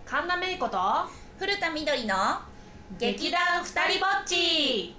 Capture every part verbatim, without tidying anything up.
神田芽衣子と古田みどりの劇団ふたりぼっち。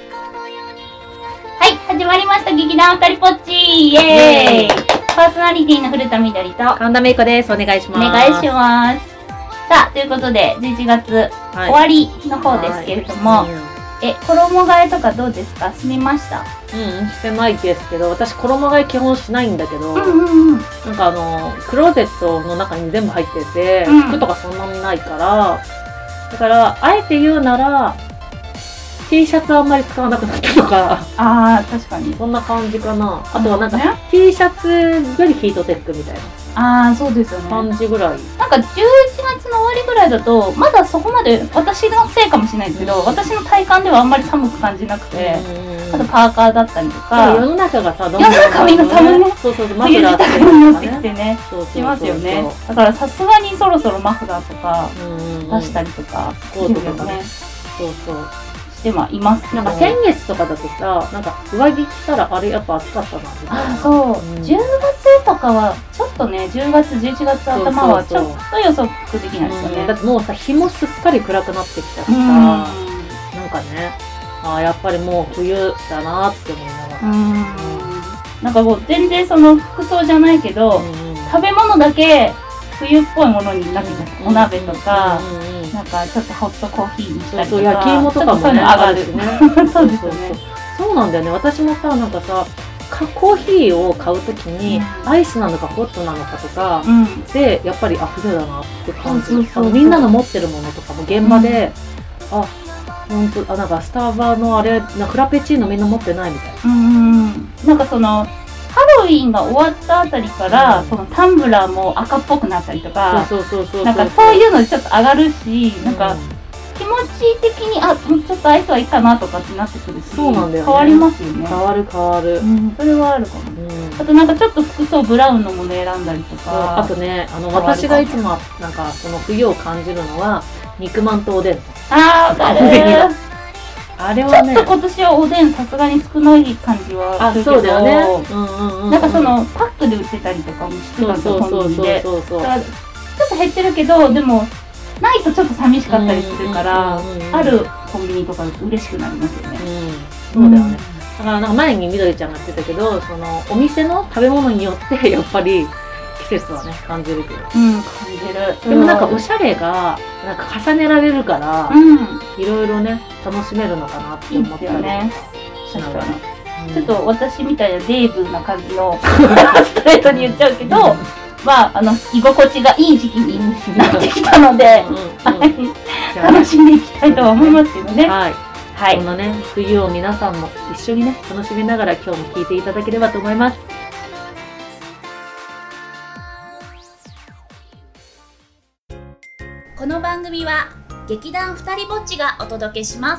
はい、始まりました劇団ふたりぼっち、イエーイ。パーソナリティの古田みどりと神田芽衣子です。お願いします。 お願いします。さあ、ということでじゅういちがつ、はい、終わりの方ですけれども、はい、え、衣替えとかどうですか？済みました？ うん、してないですけど、私衣替え基本しないんだけど、 うんうんうん、 なんかあのクローゼットの中に全部入ってて、うん、服とかそんなにないから、だからあえて言うなら T シャツあんまり使わなくなったとか、 あー確かにそんな感じかな。あとはなんか、ね、T シャツよりヒートテックみたいな。 ああ、そうですよね。 感じぐらい。 なんかじゅういちがつの終わりぐらいだとまだそこまで、私のせいかもしれないですけど、うん、私の体感ではあんまり寒く感じなくて、うん、あとパーカーだったりとか、 世の中がさ、どんどん世の中みんな寒いね、 そうそうそう、 マフラーとかになってきてね、しますよね。だからさすがにそろそろマフラーとか出したりとか、 コートとかね、そうそうしてはいますけど、 なんか先月とかだとさ、なんか上着着たらあれやっぱ暑かったなみたいな。 あ、そう、うん、じゅうがつとかはちょっとね、じゅうがつじゅういちがつ頭はちょっと予測できないですよね。 うん、だってもうさ、日もすっかり暗くなってきたしさ、うん、なんかね、あ、やっぱりもう冬だなって思いながら、うん、 なんかもう全然その服装じゃないけど、うん、食べ物だけ冬っぽいものになってきた、うん、お鍋とか、うんうん、なんかちょっとホットコーヒーにしたりとか、 そうそう、焼き芋とかもね、 そういうの上がるしね。そうですよね。 そうなんだよね。私もさ、なんかさ、コーヒーを買うときに、うん、アイスなのかホットなのかとか、うん、でやっぱりあ、冬だなって感じ。みんなの持ってるものとかも現場で、うん、あ、本当、あ、なんかスタバのあれな、フラペチーノみんな持ってないみたいな。 うん、なんかそのハロウィーンが終わったあたりから、うん、そのタンブラーも赤っぽくなったりとか、 そうそうそうそう、 なんかそういうのでちょっと上がるし、うん、なんか気持ち的に、あ、もうちょっとアイスはいいかなとかってなってくるし、 そうなんだよね、 変わりますよね。 変わる変わる、 うん、それはあるかも、うん、あとなんかちょっと服装ブラウンのもの選んだりとか、 あとね、あの私がいつもなんかその冬を感じるのは肉まんとおでん。 あー、わかる。 あれはね、 ちょっと今年はおでんさすがに少ない感じはするけど、 あ、そうだよね、うんうんうん、 なんかそのパックで売ってたりとかもしてたんですよ、コンビニで。そうそうそうそう、だからちょっと減ってるけど、でもないとちょっと寂しかったりするから、あるコンビニとかだと嬉しくなりますよね。 うん、そうだよね。だからなんか前にみどりちゃんが言ってたけど、そのお店の食べ物によってやっぱり季節はね感じるけど、 うん、感じる。 でもなんかおしゃれがなんか重ねられるから、いろいろね楽しめるのかなって思ったりしながら。 ちょっと私みたいなデーブな感じのストレートに言っちゃうけど、まああの居心地がいい時期になってきたので、楽しんでいきたいとは思いますけどね。 はい。はい。このね冬を皆さんも一緒にね楽しみながら今日も聞いていただければと思います。 この番組は劇団ふたりぼっちがお届けします。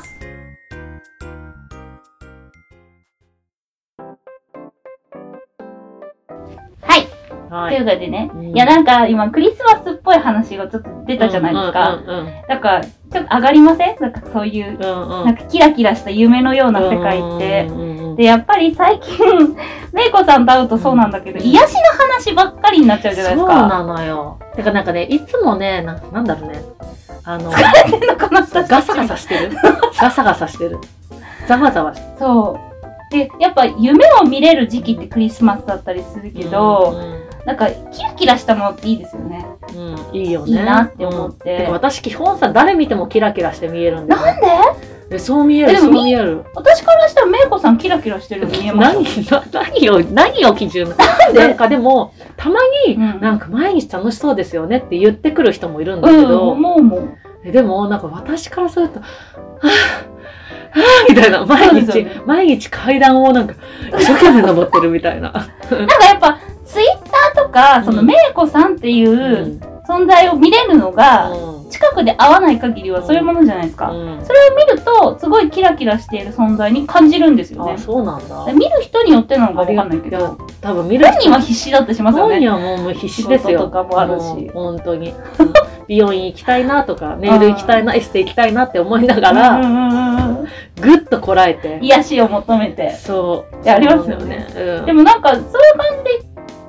はい、はい、ということでね、うん、いやなんか今クリスマスっぽい話がちょっと出たじゃないですか。だからちょっと上がりません？なんかそういう、うんうん、なんかキラキラした夢のような世界って、うんうん、でやっぱり最近めいこさんと会うとそうなんだけど、うん、癒しの話ばっかりになっちゃうじゃないですか。 そうなのよ。てかなんかね、いつもね、な、なんだろうね、あの疲れてんのかな、 ガサガサしてるガサガサしてる、ざわざわしてる。 そうで、やっぱ夢を見れる時期ってクリスマスだったりするけど、うんうん、なんかキラキラしたものっていいですよね。 うん、いいよね。 いいなって思って。 うん、てか私基本さ、誰見てもキラキラして見えるんだよ。 なんで？ え、そう見える、そう見える。 私からしたらめいこさんキラキラしてるように見えます。 何、な、何を、何を基準なんで？なんかでも、たまに、うん、なんか毎日楽しそうですよねって言ってくる人もいるんだけど、 うん、もうもう。でも、なんか私からすると、はぁ、はぁみたいな、毎日、ね、毎日階段をなんか、一生懸命登ってるみたいな。 なんかやっぱ、ツイッターとか、そのめいこさんっていう存在を見れるのが、うん、近くで会わない限りはそういうものじゃないですか。うん、それを見ると、すごいキラキラしている存在に感じるんですよね。 あ、そうなんだ。 見る人によってなのかわかんないけど、 多分見る人本人は必死だってしますよね。 本人はもう必死ですよ。 とかもあるし。 本当に。美容院行きたいなとか、ネイル行きたいな、エステ行きたいなって思いながら、ぐっとこらえて。 癒しを求めて。 そう。 ありますよね。うん、でもなんか、そういう感じで、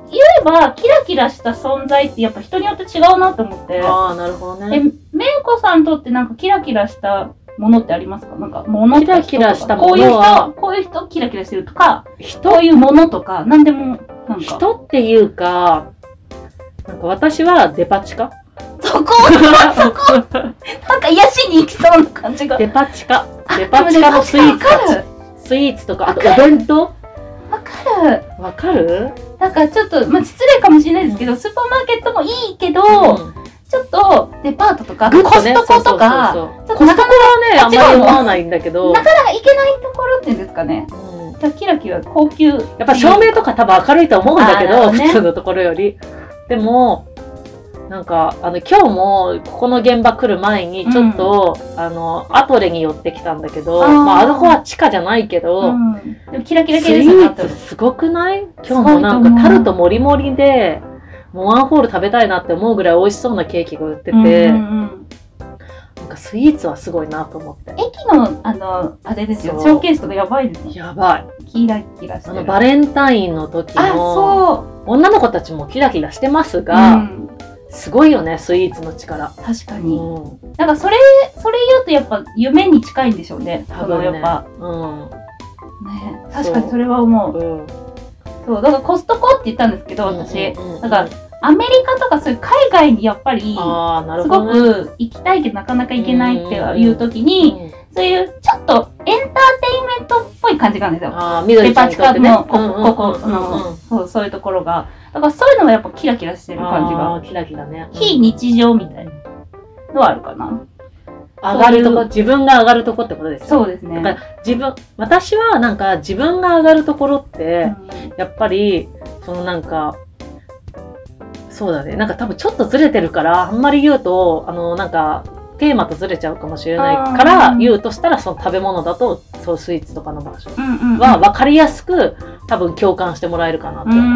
言えば、キラキラした存在ってやっぱ人によって違うなと思って。 ああ、なるほどね。 え、めいこさんにとってなんかキラキラしたものってありますか？なんか、ものキラキラしたものは。 こういう人、こういう人キラキラしてるとか、人こういうものとか、なんでも、なんか。 人っていうか、なんか私はデパ地下そこそこなんか癒しに行きそうな感じが。 デパ地下。デパ地下のスイーツたち。スイーツとか、あとお弁当わかる。 わかる？ なんかちょっと、まあ、失礼かもしれないですけど、スーパーマーケットもいいけど、うん、ちょっとデパートとか、ね、コストコとか、 そうそうそうそう、コストコはね、あんまり思わないんだけど、 なかなか行けないところっていうんですかね。うん、キラキラ高級。やっぱ照明とか多分明るいと思うんだけど、ね、普通のところより。でも、なんか、あの、今日も、ここの現場来る前に、ちょっと、うん、あの、アトレに寄ってきたんだけど、あまあ、あそこは地下じゃないけど、うん、 でもキラキラ系ですよね。スイーツすごくない？今日もなんかタルトもりもりで、もうワンホール食べたいなって思うぐらい美味しそうなケーキが売ってて、うんうんうん、なんかスイーツはすごいなと思って。 駅の、あの、あれですよ、ショーケースとかやばいですよ。 やばい。 キラキラしてる。 あの、バレンタインの時も、女の子たちもキラキラしてますが、うん、すごいよね、スイーツの力。 確かに。うん、なんかそれ、それ言うとやっぱ夢に近いんでしょうね。多分ね。やっぱ。うん。ね、確かにそれは思う。うん、そう、だからコストコって言ったんですけど、私。うんうんうん、だから、アメリカとかそういう海外にやっぱり、すごく行きたいけどなかなか行けないっていう時に、そういうちょっとエンターテインメントっぽい感じがあるんですよ。 あ緑デパ地下のここの、そう、そういうところが。だからそういうのはやっぱキラキラしてる感じが。 あキラキラね。 非日常みたいなのはあるかな。 上がるとこ、自分が上がるとこってことですよね。 そうですね。 だから自分、私はなんか自分が上がるところって、うん、やっぱり、そのなんか、そうだね。なんか多分ちょっとずれてるから、あんまり言うと、あの、なんか、テーマとずれちゃうかもしれないから言うとしたら、その食べ物だと、そうスイーツとかの場所は分かりやすく多分共感してもらえるかなって思う。うん、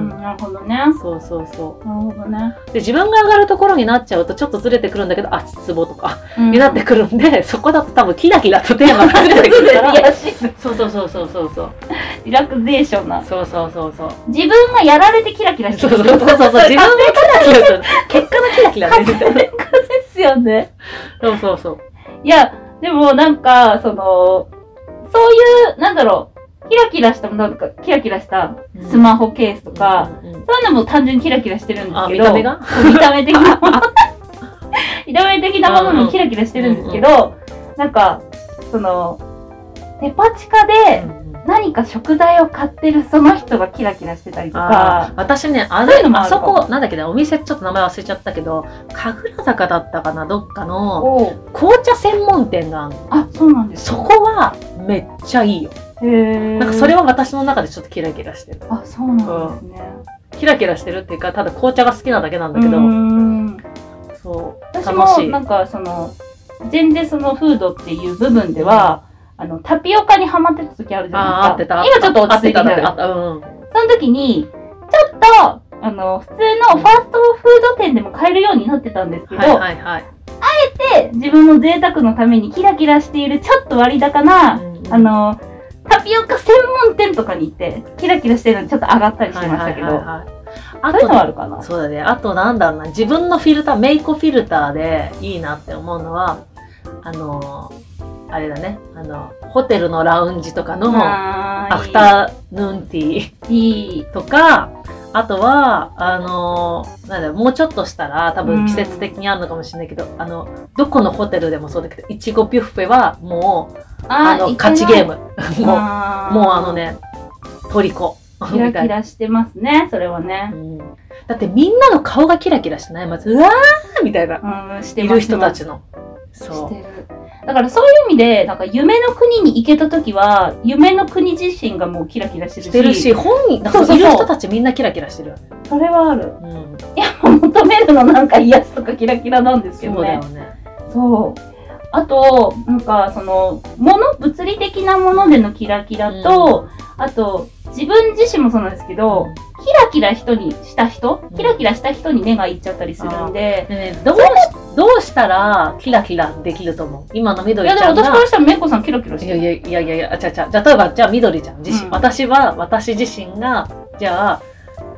なるほどね。 そうそうそう。 なるほどね。 で、自分が上がるところになっちゃうとちょっとずれてくるんだけど、足つぼとかになってくるんで、そこだと多分キラキラとテーマがずれてくるから。そうそうそうそうそうそう。 リラクゼーションな。 そうそうそうそう。 自分がやられてキラキラしてる。 そうそうそうそう。自分がキラキラする。結果のキラキラね。 結果ですよね。 そうそうそう。 いや、でもなんか、その、そういう、なんだろう、キラキラした、なんか、キラキラしたスマホケースとか、うんうんうん、そういうのも単純にキラキラしてるんですけど、 見た目が見た目的なもの、見た目的なものもキラキラしてるんですけど、うんうん、なんか、その、デパ地下で、何か食材を買ってるその人がキラキラしてたりとか。 私ね、あれ、あそこ、なんだっけな、お店ちょっと名前忘れちゃったけど、神楽坂だったかな、どっかの紅茶専門店があるの。 あ、そうなんですか。そこはめっちゃいいよ。 へー。 なんかそれは私の中でちょっとキラキラしてる。 あ、そうなんですね、 うん。キラキラしてるっていうか、ただ紅茶が好きなだけなんだけど。うーんそう。 私もなんかその、全然そのフードっていう部分では、あの、タピオカにハマってた時あるじゃないですか。 あってた。 今ちょっと落ち着いてきた。 あった、うん。 その時に、ちょっと、あの、普通のファーストフード店でも買えるようになってたんですけど、はいはいはい、あえて自分の贅沢のためにキラキラしているちょっと割高な、うんうん、あの、タピオカ専門店とかに行って、キラキラしてるのにちょっと上がったりしてましたけど、はいはいはいはい、あとそういうのあるかな。 そうだね。あとなんだろうな、自分のフィルター、メイコフィルターでいいなって思うのは、あの、あれだね。あの、ホテルのラウンジとかのアフタヌーンティーとか、あとは、あの、なんだろう、もうちょっとしたら多分季節的にあるのかもしれないけど、あの、どこのホテルでもそうだけど、いちごビュッフェはもう、あの、勝ちゲーム。もう、もうあのね、トリコ。 キラキラしてますね、それはね。うん、 だってみんなの顔がキラキラしてないまず、うわーみたいな。うん、してます。いる人たちの。そう。してる。 だからそういう意味で、なんか夢の国に行けたときは、夢の国自身がもうキラキラしてるし。 してるし、本人、なんかいる人たちみんなキラキラしてるよね。 それはある。うん。いや、求めるのなんか癒しとかキラキラなんですけどね。 そうだよね。 そう。あと、なんかその、もの、物理的なものでのキラキラと、うん、あと、自分自身もそうなんですけど、うんキラキラ人にした人、キラキラした人に目がいっちゃったりするんで、 うんね、どうしどうしたらキラキラできると思う？今の緑ちゃんが。 いやでも私からしたらめいこさんキラキラしてる。 いやいやいやいや、あちゃちゃ。じゃあ例えばじゃあ緑ちゃん自身、うん、私は私自身がじゃあ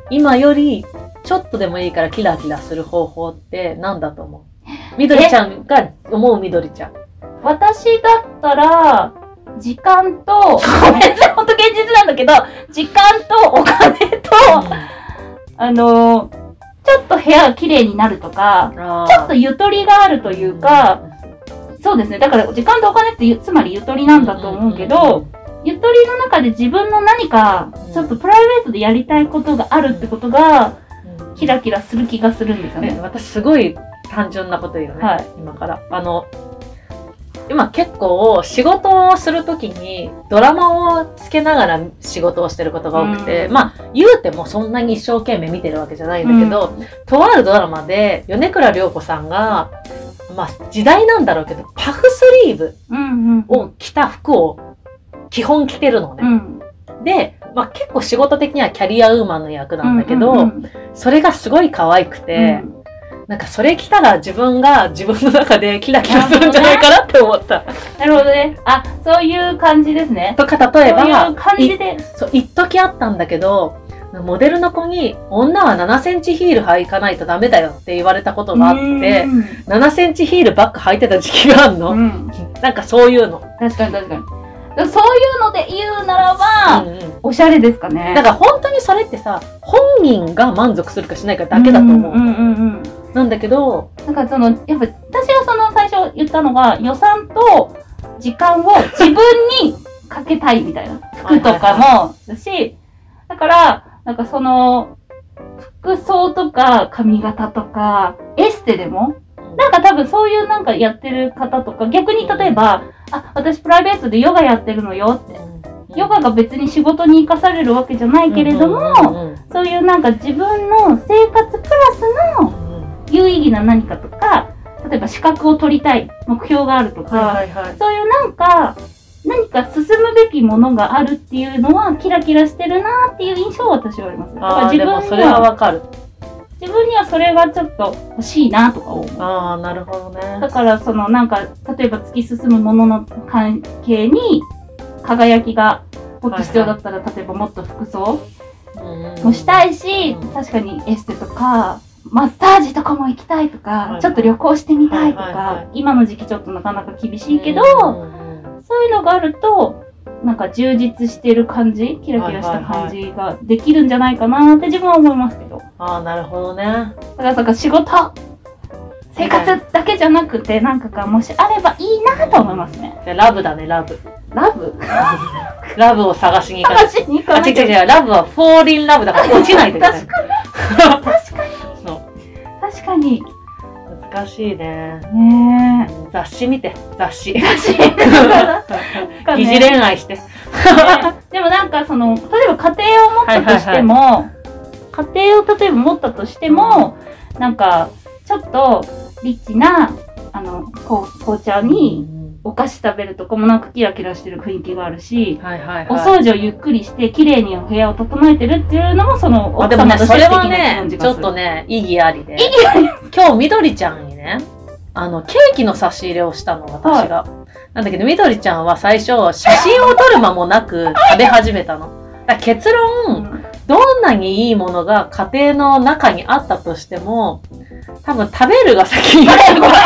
今よりちょっとでもいいからキラキラする方法って何だと思う？みどりちゃんが思うみどりちゃん。 私だったら、時間と、ごめんなさい、ほんと現実なんだけど、時間とお金と、うん、あの、ちょっと部屋が綺麗になるとか、ちょっとゆとりがあるというか、うん、そうですね。だから時間とお金ってつまりゆとりなんだと思うけど、うんうんうん、ゆとりの中で自分の何か、ちょっとプライベートでやりたいことがあるってことが、キラキラする気がするんですよね。 私すごい単純なこと言うよね、はい、今から。あの、今結構仕事をするときにドラマをつけながら仕事をしてることが多くて、うん、まあ言うてもそんなに一生懸命見てるわけじゃないんだけど、うん、とあるドラマで米倉涼子さんが、まあ時代なんだろうけど、パフスリーブを着た服を基本着てるのね。うん、で、まあ結構仕事的にはキャリアウーマンの役なんだけど、うんうんうん、それがすごい可愛くて、うん、なんかそれ着たら自分が自分の中でキラキラするんじゃないかなって思った。 なるほどね。あ、そういう感じですね。 とか例えば、 そういう感じで。 そう、一時あったんだけど、モデルの子に女はななセンチヒール履かないとダメだよって言われたことがあって、ななセンチヒールばっか履いてた時期があるの。うん、なんかそういうの。 確かに確かに。そういうので言うならば、うんうん、おしゃれですかね。 だから本当にそれってさ、本人が満足するかしないかだけだと思う。うんうんうんうん、なんだけど、 なんかその、やっぱ私がその最初言ったのが、予算と時間を自分にかけたいみたいな。服とかもだし、だから、なんかその、服装とか髪型とか、エステでも、なんか多分そういうなんかやってる方とか、逆に例えば、あ、私プライベートでヨガやってるのよって。ヨガが別に仕事に生かされるわけじゃないけれども、そういうなんか自分の生活プラスの有意義な何かとか、例えば資格を取りたい目標があるとか、はいはいはい、そういうなんか、何か進むべきものがあるっていうのはキラキラしてるなっていう印象は私はあります。だから自分には、 でもそれはわかる。 自分にはそれがちょっと欲しいなとか思う。 ああ、なるほどね。 だからそのなんか、例えば突き進むものの関係に輝きがもっと必要だったら、はいはい、例えばもっと服装もしたいし、うん、確かにエステとか、マッサージとかも行きたいとか、はいはい、ちょっと旅行してみたいとか、はいはいはい、今の時期ちょっとなかなか厳しいけど、そういうのがあると、なんか充実してる感じ、キラキラした感じができるんじゃないかなって自分は思いますけど。 ああ、なるほどね。 だからなんか仕事、生活だけじゃなくて、なんかがもしあればいいなと思いますね。 ラブだね、ラブ。 ラブラブを探しに行かない。 探しに行かない。 あ、違う違う違う、ラブはフォーリンラブだから落ちないでね。 確かに。確かに。そう。確かに。 難しいね。 ねえ。 雑誌見て、雑誌。 雑誌。 疑似恋愛して。 でもなんかその、例えば家庭を持ったとしても、はいはいはい、家庭を例えば持ったとしても、うん、なんか、ちょっとリッチな、あの、紅茶にお菓子食べるとこもなんかキラキラしてる雰囲気があるし、 はいはいはい、 お掃除をゆっくりして綺麗にお部屋を整えてるっていうのもその奥様として素敵な感じがする。 でもね、それはね、ちょっとね、意義ありで。 意義あり今日みどりちゃんにね、あの、ケーキの差し入れをしたの、私が。はい、なんだけど、みどりちゃんは最初、写真を撮る間もなく食べ始めたの。だ結論、うん、どんなにいいものが家庭の中にあったとしても、多分食べるが先に。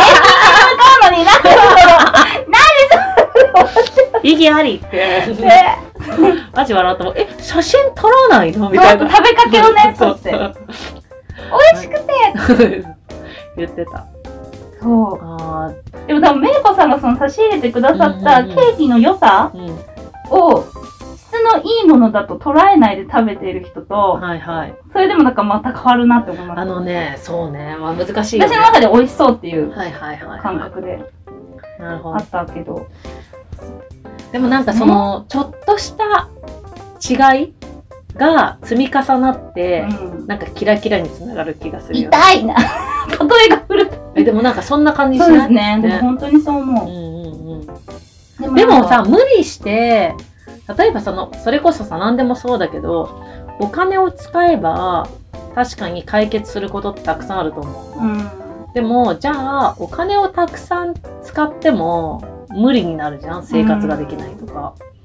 意義ありって。マジ笑うと思う。え、写真撮らないのみたいな。 食べかけをね、撮って。美味しくて言ってた。 そう。あでも多分、めいこさんがその差し入れてくださったケーキの良さを、質のいいものだと捉えないで食べている人と、 はいはい、 それでもなんかまた変わるなって思います。 あのね、そうね、まあ難しいよね。 私の中で美味しそうっていう感覚であったけど。 でもなんかその、ちょっとした違いが積み重なって、うん、なんかキラキラにつながる気がするよ、ね。 痛いな。例えが古い。 え、でもなんかそんな感じしない？ そうですね。でも本当にそう思う。うんうんうん、でも、でもさ、無理して、例えばその、それこそさ、何でもそうだけど、お金を使えば、確かに解決することってたくさんあると思う。うん、でも、じゃあ、お金をたくさん使っても、無理になるじゃん、生活ができないとか。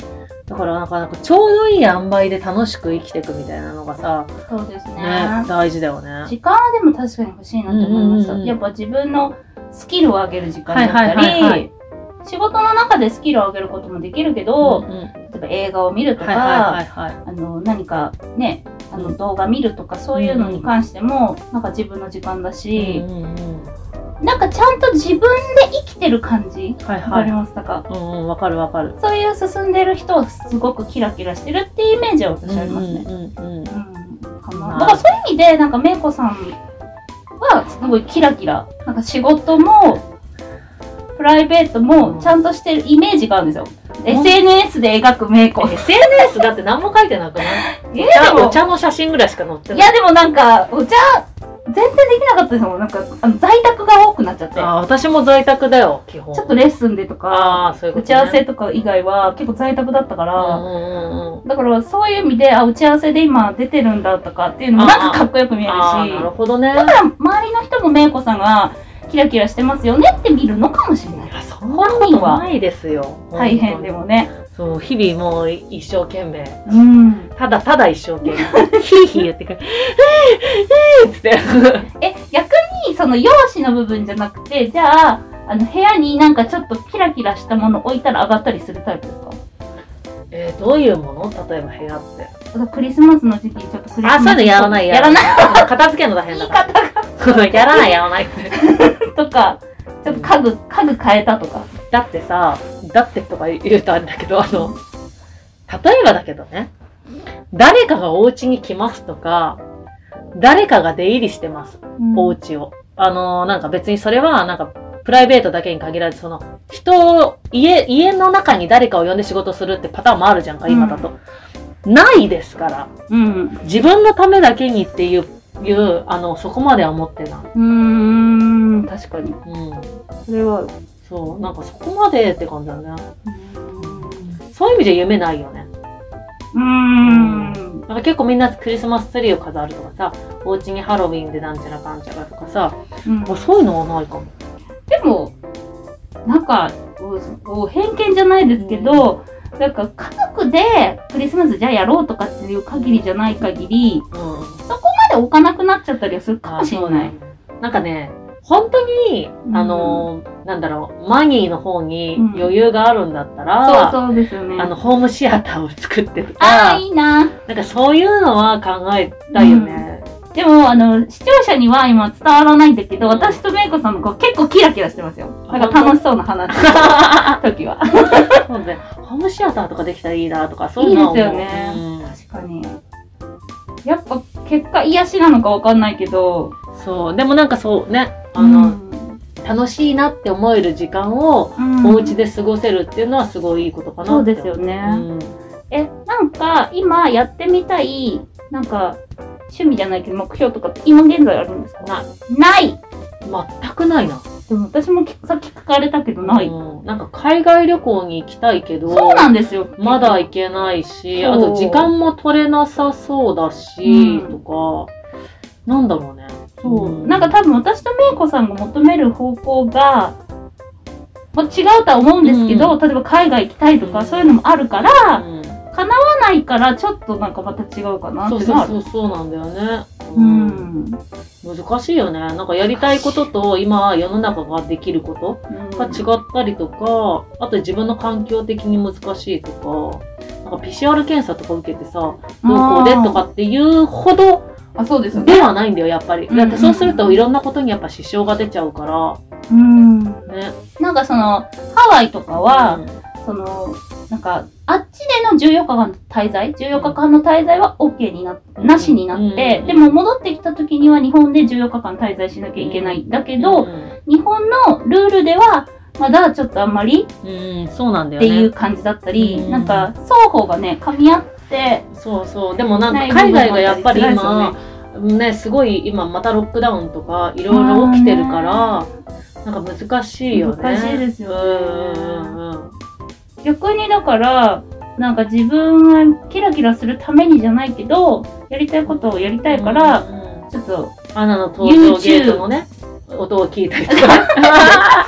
だからなんか、なんかちょうどいい塩梅で楽しく生きていくみたいなのがさ、 そうですね。 ね、大事だよね。 時間はでも確かに欲しいなって思いました。うんうんうん、やっぱ自分のスキルを上げる時間だったり、はいはいはいはい、仕事の中でスキルを上げることもできるけど、うんうん、例えば映画を見るとか、はいはいはいはい、あの何かね、あの動画見るとかそういうのに関しても、うんうん、なんか自分の時間だし、うんうんうん、なんかちゃんと自分で生きてる感じ、はいはい、わかりますか？ うんうん、わかるわかる。 そういう進んでる人はすごくキラキラしてるっていうイメージは私ありますね。うんうんうんうん、かな。だからそういう意味でなんかめいこさんはすごいキラキラ、なんか仕事もプライベートもちゃんとしてるイメージがあるんですよ。うん、エスエヌエス で描くめいこ。 エスエヌエス だって何も書いてなくない？えー、お茶の写真ぐらいしか載ってない。 いやでもなんかお茶全然できなかったですもん。なんかあの在宅が多くなっちゃって。 あ、私も在宅だよ基本。 ちょっとレッスンでとか、 あ、そういうことね、 打ち合わせとか以外は結構在宅だったから、うんうんうん、だからそういう意味であ打ち合わせで今出てるんだとかっていうのもなんかかっこよく見えるし、 あ、なるほどね。 だから周りの人もめいこさんがキラキラしてますよねって見るのかもしれない。 いや、そんなことないですよ。 大変でもね。 そう、日々もう一生懸命。 うん。 ただただ一生懸命。ヒーヒー言ってくる。えーえーつって。 え、逆にその容姿の部分じゃなくて、じゃあ、あの部屋になんかちょっとキラキラしたもの置いたら上がったりするタイプですか？ えー、どういうもの？例えば部屋って。 クリスマスの時期ちょっとクリスマス。 あ、そういうのやらないやらない。 片付けるの大変だから。 言い方が。 やらないやらない。 とか、ちょっと家具、家具変えたとか。 だってさ、だってとか言うとあれだけど、あの、例えばだけどね、誰かがお家に来ますとか、誰かが出入りしてます。うん、お家を。あの、なんか別にそれは、なんか、プライベートだけに限らず、その、人を、家、家の中に誰かを呼んで仕事するってパターンもあるじゃんか、今だと。うん、ないですから。うん、自分のためだけにっていう、いう、あの、そこまでは思ってない。 うーん、確かに。うん。それは、 そう、なんかそこまでって感じだね。うん、そういう意味じゃ夢ないよね。 うーん。なんか結構みんなクリスマスツリーを飾るとかさ、お家にハロウィンでなんちゃらかんちゃらとかさ、うん、もうそういうのはないかも。 でも、なんか、偏見じゃないですけど、うん、なんか家族でクリスマスじゃあやろうとかっていう限りじゃない限り、うん、そこまで置かなくなっちゃったりはするかもしれない。 なんかね、本当に、うん、あの、なんだろう、マニーの方に余裕があるんだったら、 うん、そうそうですよね。 あの、ホームシアターを作ってとか、 ああ、いいな。 なんかそういうのは考えたいよね。 うん、でも、あの、視聴者には今伝わらないんだけど、私とめいこさんもこう結構キラキラしてますよ。なんか楽しそうな話時は。 そうね。ホームシアターとかできたらいいなとか、そういうのは。 いいですよね。うん、確かに。やっぱ結果癒しなのかわかんないけど。 そう。でもなんかそうね、あの、うん、楽しいなって思える時間をお家で過ごせるっていうのはすごいいいことかなって。 そうですよね。うん、え、なんか今やってみたい、なんか趣味じゃないけど目標とかって今現在あるんですか？ ない。 ない全くないな。 でも私もさっき聞かれたけどない。 うん、なんか海外旅行に行きたいけど、 そうなんですよ。 まだ行けないし、あと時間も取れなさそうだし、うん、とか、なんだろうね。 そう。うん、なんか多分私とめいこさんが求める方向が、まあ、違うとは思うんですけど、うん、例えば海外行きたいとか、うん、そういうのもあるから、うん、叶わないからちょっとなんかまた違うかなってのはある。 そうそうそうなんだよね。 うん。 難しいよね。なんかやりたいことと今世の中ができることが違ったりとか、あと自分の環境的に難しいとか、なんか ピーシーアール 検査とか受けてさ、どうこうでとかっていうほどあ、そうですよね。ではないんだよ、やっぱり。だってそうするといろんなことにやっぱ支障が出ちゃうから。 うん。ね。なんかその、ハワイとかは、うん、その、なんか、あっちでのじゅうよっかかんの滞在 ?じゅうよっかかんの滞在は OK になって、なしになって、うん、でも戻ってきた時には日本でじゅうよっかかん滞在しなきゃいけないんだけど、うん、日本のルールでは、まだちょっとあんまり、 うん、そうなんだよね。 っていう感じだったり、うん、なんか、双方がね、噛み合って、 そうそう。でもなんか海外がやっぱり今、ね、すごい今またロックダウンとかいろいろ起きてるから、なんか難しいよね。 難しいですよね。うんうん、逆にだから、なんか自分がキラキラするためにじゃないけど、やりたいことをやりたいから、うんうん、ちょっと、 アナの登場ゲートのね、音を聞いたりとか。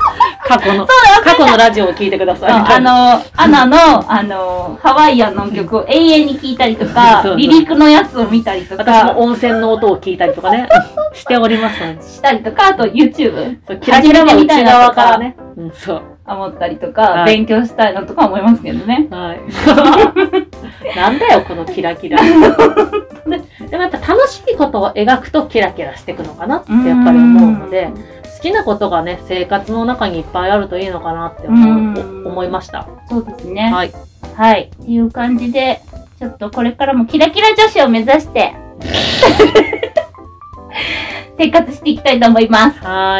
過去の、過去のラジオを聞いてください。 あの、アナの、あの、ハワイアンの曲を永遠に聴いたりとか、そうそう離陸のやつを見たりとか。 私も温泉の音を聞いたりとかね、しておりますね。 したりとか、あと YouTube。 そう、キラキラの内側からね。うん、そう。 思ったりとか、はい、勉強したいなとか思いますけどね。はい。 なんだよ、このキラキラ。でもやっぱ楽しいことを描くとキラキラしていくのかなってやっぱり思うので、好きなことがね、生活の中にいっぱいあるといいのかなって思う、思いました。 そうですね。 はい。 はい。っていう感じで、ちょっとこれからもキラキラ女子を目指して、生活していきたいと思います。 はい。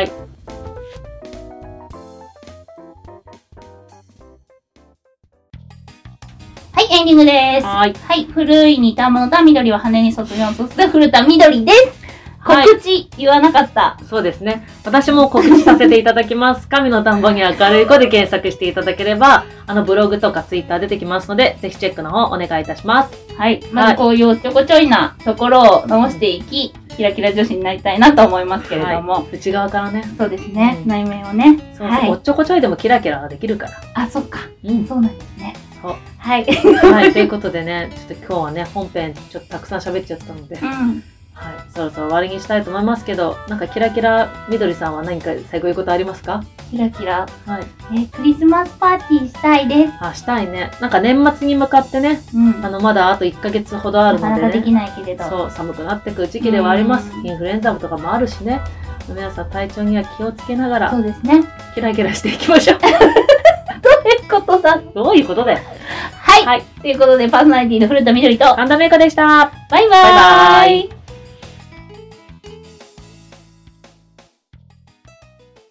はい、エンディングです。はい。はい、古いに田んぼの田、緑は羽に卒業卒で古田緑です。告知、言わなかった。 そうですね。私も告知させていただきます。神の田んぼに明るい子で検索していただければ、あのブログとかツイッター出てきますので、ぜひチェックの方お願いいたします。 はい。まずこういうちょこちょいなところを直していき、キラキラ女子になりたいなと思いますけれども。はい、 内側からね。 そうですね。うん、内面をね。 そうそう、はい、おっちょこちょいでもキラキラができるから。 あ、そっか。うん。そうなんですね。 そう。 はい。 はい。ということでね、ちょっと今日はね、本編ちょっとたくさん喋っちゃったので。うん。はい、そろそろ終わりにしたいと思いますけど、なんかキラキラみどりさんは何か最後言うことありますか？ キラキラ。 はい。 えー、クリスマスパーティーしたいです。 あ、したいね。なんか年末に向かってね、うん、あのまだあといっかげつほどあるのでね。 なかなかできないけれど。 そう、寒くなってくる時期ではあります。インフルエンザとかもあるしね。皆さん体調には気をつけながら、 そうですね。 キラキラしていきましょう。 どういうことだ？ どういうことだよ。 はい。はい。ということでパーソナリティの古田みどりと神田芽衣子でした。 バイバーイ。バイバイ。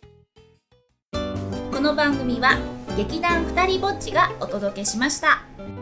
この番組は劇団ふたりぼっちがお届けしました。